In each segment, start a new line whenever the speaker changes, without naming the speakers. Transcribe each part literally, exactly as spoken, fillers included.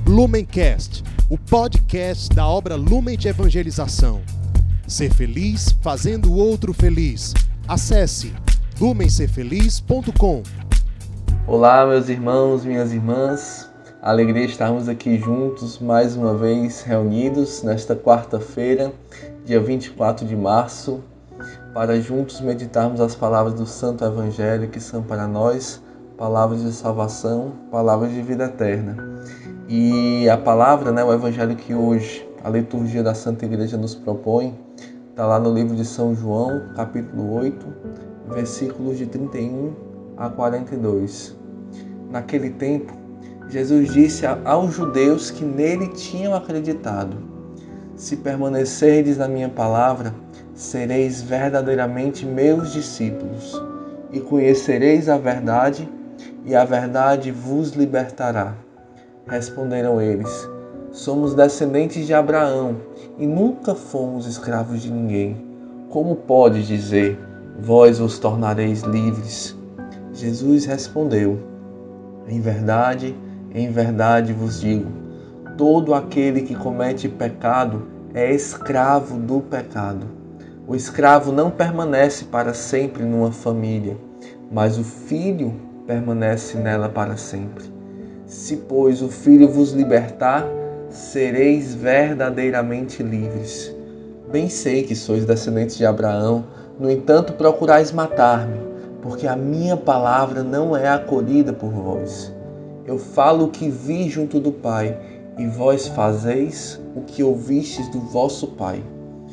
Lumencast, o podcast da obra Lumen de Evangelização. Ser feliz fazendo o outro feliz. Acesse lumen ser feliz ponto com.
Olá, meus irmãos, minhas irmãs. Alegria estarmos aqui juntos mais uma vez reunidos nesta quarta-feira, dia vinte e quatro de março, para juntos meditarmos as palavras do Santo Evangelho, que são para nós palavras de salvação, palavras de vida eterna. E a palavra, né, o Evangelho que hoje a liturgia da Santa Igreja nos propõe, está lá no livro de São João, capítulo oito, versículos de trinta e um a quarenta e dois. Naquele tempo, Jesus disse aos judeus que nele tinham acreditado: se permanecerdes na minha palavra, sereis verdadeiramente meus discípulos, e conhecereis a verdade, e a verdade vos libertará. Responderam eles: somos descendentes de Abraão, e nunca fomos escravos de ninguém. Como podes dizer, vós vos tornareis livres? Jesus respondeu: em verdade, em verdade vos digo, todo aquele que comete pecado é escravo do pecado. O escravo não permanece para sempre numa família, mas o filho permanece nela para sempre. Se, pois, o Filho vos libertar, sereis verdadeiramente livres. Bem sei que sois descendentes de Abraão, no entanto procurais matar-me, porque a minha palavra não é acolhida por vós. Eu falo o que vi junto do Pai, e vós fazeis o que ouvistes do vosso pai.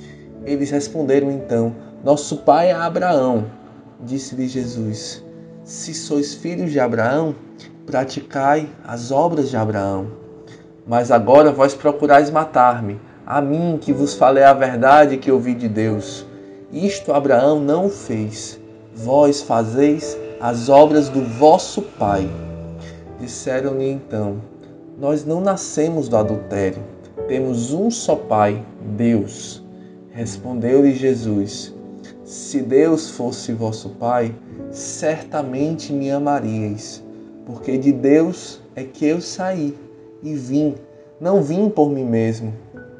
Eles responderam então: nosso pai é Abraão. Disse-lhe Jesus: se sois filhos de Abraão, praticai as obras de Abraão. Mas agora vós procurais matar-me, a mim que vos falei a verdade que ouvi de Deus. Isto Abraão não o fez. Vós fazeis as obras do vosso pai. Disseram-lhe então: nós não nascemos do adultério, temos um só pai, Deus. Respondeu-lhe Jesus: se Deus fosse vosso pai, certamente me amaríeis, porque de Deus é que eu saí e vim. Não vim por mim mesmo,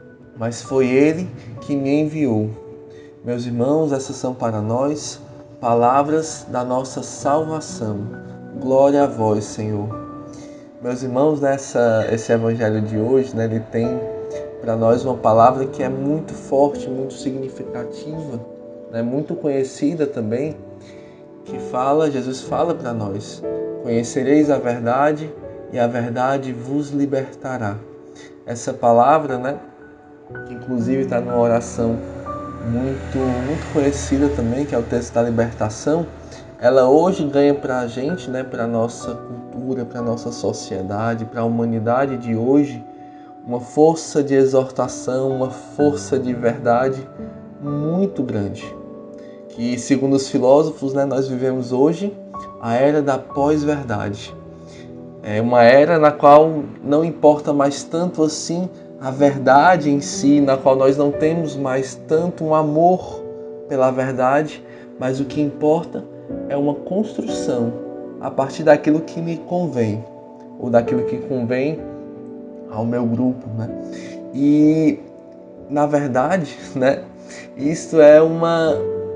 mas foi Ele que me enviou. Meus irmãos, essas são para nós palavras da nossa salvação. Glória a vós, Senhor. Meus irmãos, nessa, esse evangelho de hoje, né, ele tem para nós uma palavra que é muito forte, muito significativa, né, muito conhecida também, que fala, Jesus fala para nós: conhecereis a verdade e a verdade vos libertará. Essa palavra, né, que inclusive está numa oração muito, muito conhecida também, que é o texto da libertação, ela hoje ganha para a gente, né, para a nossa cultura, para a nossa sociedade, para a humanidade de hoje, uma força de exortação, uma força de verdade muito grande. Que, segundo os filósofos, né, nós vivemos hoje a era da pós-verdade. É uma era na qual não importa mais tanto assim a verdade em si, na qual nós não temos mais tanto um amor pela verdade, mas o que importa é uma construção a partir daquilo que me convém, ou daquilo que convém ao meu grupo, né? E, na verdade, né, isso é uma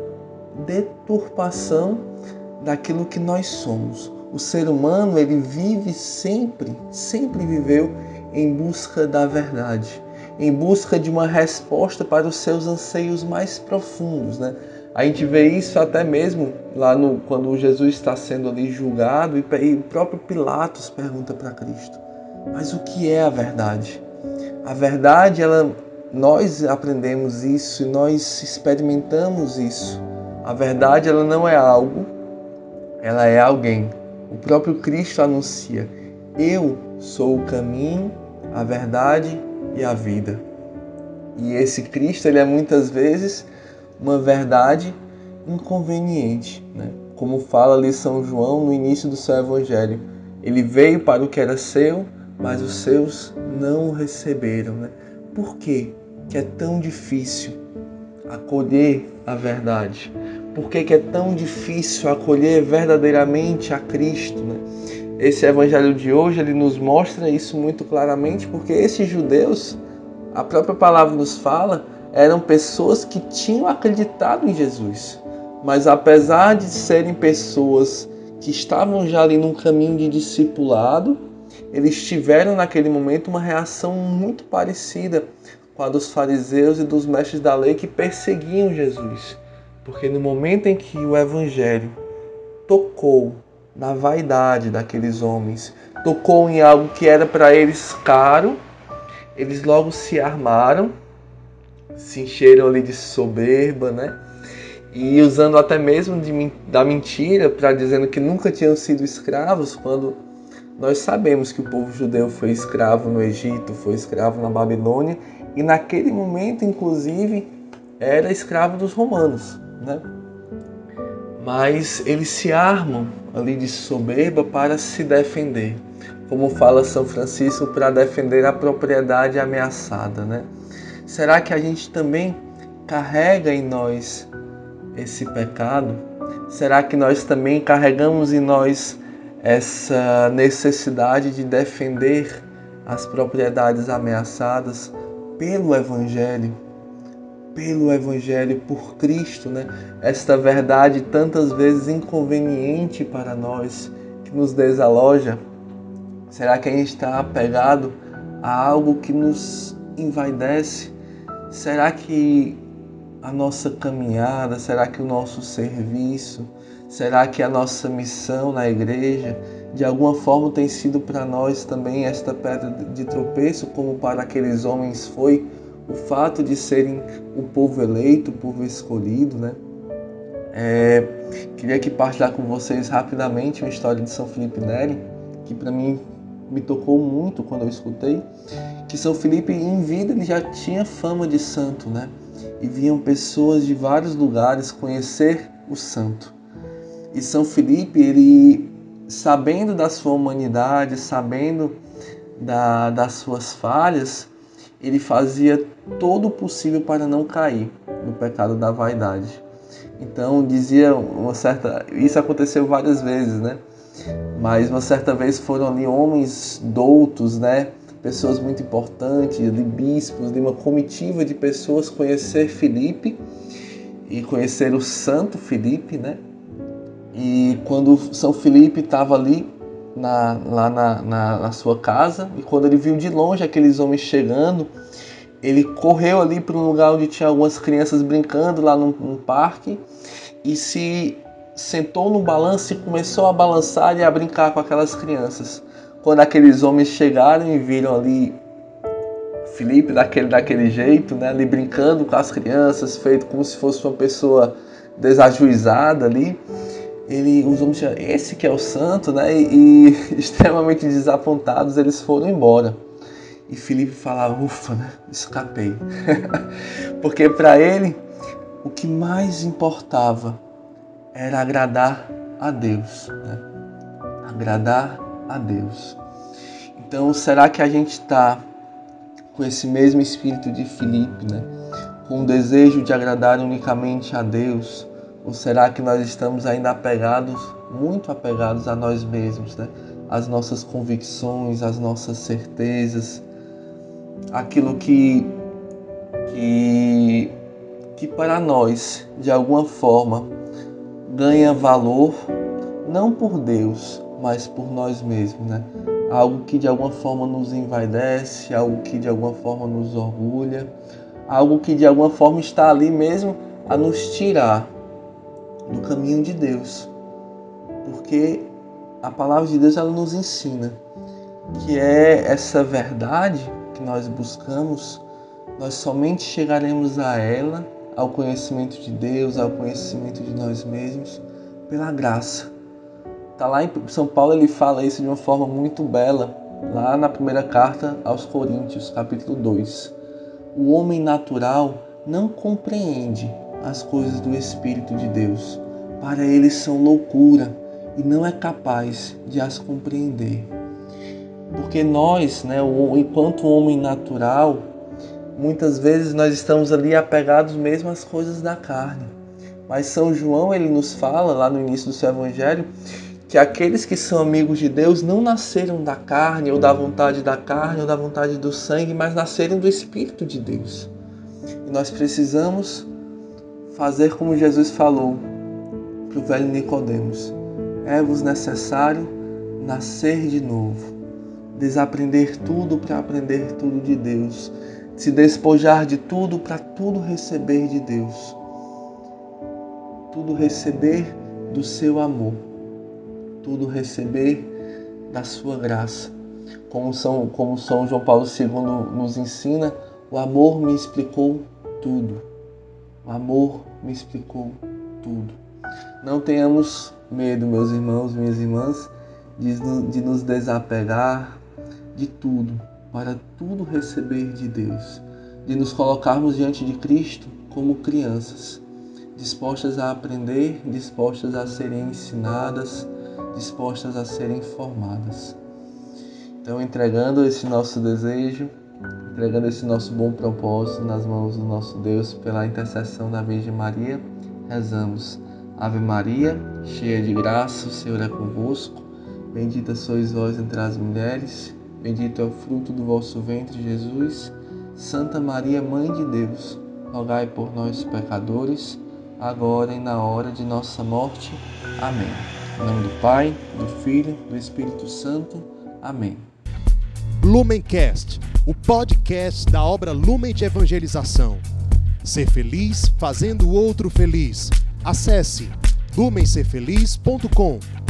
deturpação daquilo que nós somos. O ser humano, ele vive sempre, sempre viveu em busca da verdade, em busca de uma resposta para os seus anseios mais profundos, né? A gente vê isso até mesmo lá no, quando Jesus está sendo ali julgado e, e o próprio Pilatos pergunta para Cristo: mas o que é a verdade? A verdade, ela, nós aprendemos isso e nós experimentamos isso. A verdade, ela não é algo, ela é alguém. O próprio Cristo anuncia: eu sou o caminho, a verdade e a vida. E esse Cristo, ele é muitas vezes uma verdade inconveniente, né? Como fala ali São João no início do seu Evangelho. Ele veio para o que era seu, mas os seus não o receberam, né? Por quê que é tão difícil acolher a verdade? Por que que é tão difícil acolher verdadeiramente a Cristo, né? esse evangelho de hoje, ele nos mostra isso muito claramente, porque esses judeus, a própria palavra nos fala, eram pessoas que tinham acreditado em Jesus. Mas apesar de serem pessoas que estavam já ali num caminho de discipulado, eles tiveram naquele momento uma reação muito parecida com a dos fariseus e dos mestres da lei que perseguiam Jesus. Porque no momento em que o evangelho tocou na vaidade daqueles homens, tocou em algo que era para eles caro, eles logo se armaram, se encheram ali de soberba, né? E usando até mesmo de, da mentira, para dizendo que nunca tinham sido escravos, quando nós sabemos que o povo judeu foi escravo no Egito, foi escravo na Babilônia, e naquele momento, inclusive, era escravo dos romanos, né? Mas eles se armam ali de soberba para se defender. Como fala São Francisco, para defender a propriedade ameaçada, né? Será que a gente também carrega em nós esse pecado? Será que nós também carregamos em nós essa necessidade de defender as propriedades ameaçadas pelo Evangelho? Pelo Evangelho, por Cristo, né? Esta verdade tantas vezes inconveniente para nós, que nos desaloja. Será que a gente está apegado a algo que nos envaidece? Será que a nossa caminhada, será que o nosso serviço, será que a nossa missão na igreja, de alguma forma tem sido para nós também esta pedra de tropeço, como para aqueles homens foi o fato de serem o povo eleito, o povo escolhido, né? É, queria aqui partilhar com vocês rapidamente uma história de São Felipe Neri, que para mim me tocou muito quando eu escutei, que São Felipe em vida ele já tinha fama de santo, né? E vinham pessoas de vários lugares conhecer o santo. E São Felipe, ele, sabendo da sua humanidade, sabendo da, das suas falhas, ele fazia todo o possível para não cair no pecado da vaidade. Então dizia uma certa... Isso aconteceu várias vezes, né? Mas uma certa vez foram ali homens doutos, né? Pessoas muito importantes, de bispos, de uma comitiva de pessoas conhecer Filipe e conhecer o santo Filipe, né? E quando São Filipe estava ali na, lá na, na, na sua casa, e quando ele viu de longe aqueles homens chegando, ele correu ali para um lugar onde tinha algumas crianças brincando lá num, num parque e se sentou no balanço e começou a balançar e a brincar com aquelas crianças. Quando aqueles homens chegaram e viram ali Filipe daquele, daquele jeito, né, ali brincando com as crianças, feito como se fosse uma pessoa desajuizada ali, ele, os homens disseram, esse que é o santo, né, e, e extremamente desapontados eles foram embora. E Filipe falava, ufa, né, escapei. Porque para ele o que mais importava era agradar a Deus, né? Agradar a Deus. Então, será que a gente está com esse mesmo espírito de Filipe, né? Com o desejo de agradar unicamente a Deus? Ou será que nós estamos ainda apegados, muito apegados a nós mesmos, né? As nossas convicções, as nossas certezas, aquilo que, que, que para nós, de alguma forma, ganha valor, não por Deus, mas por nós mesmos, né? Algo que de alguma forma nos envaidece, algo que de alguma forma nos orgulha, algo que de alguma forma está ali mesmo a nos tirar do caminho de Deus. Porque a palavra de Deus ela nos ensina que é essa verdade que nós buscamos, nós somente chegaremos a ela, ao conhecimento de Deus, ao conhecimento de nós mesmos, pela graça. Tá lá em São Paulo, ele fala isso de uma forma muito bela, lá na primeira carta aos Coríntios, capítulo dois. O homem natural não compreende as coisas do Espírito de Deus. Para ele são loucura e não é capaz de as compreender. Porque nós, né, enquanto homem natural, muitas vezes nós estamos ali apegados mesmo às coisas da carne. Mas São João, ele nos fala, lá no início do seu Evangelho, que aqueles que são amigos de Deus não nasceram da carne ou da vontade da carne ou da vontade do sangue, mas nasceram do Espírito de Deus. E nós precisamos fazer como Jesus falou para o velho Nicodemos: é-vos necessário nascer de novo, desaprender tudo para aprender tudo de Deus, se despojar de tudo para tudo receber de Deus, tudo receber do seu amor, tudo receber da sua graça. Como São, como São João Paulo segundo nos ensina, o amor me explicou tudo. O amor me explicou tudo. Não tenhamos medo, meus irmãos, minhas irmãs, de, de nos desapegar de tudo, para tudo receber de Deus. De nos colocarmos diante de Cristo como crianças, dispostas a aprender, dispostas a serem ensinadas, dispostas a serem formadas. Então, entregando esse nosso desejo, entregando esse nosso bom propósito nas mãos do nosso Deus, pela intercessão da Virgem Maria, rezamos: Ave Maria, cheia de graça, o Senhor é convosco. Bendita sois vós entre as mulheres, bendito é o fruto do vosso ventre, Jesus. Santa Maria, Mãe de Deus, rogai por nós, pecadores, agora e na hora de nossa morte. Amém. Em nome do Pai, do Filho, do Espírito Santo. Amém.
Lumencast, o podcast da obra Lumen de Evangelização. Ser feliz fazendo o outro feliz. Acesse lumen ser feliz ponto com.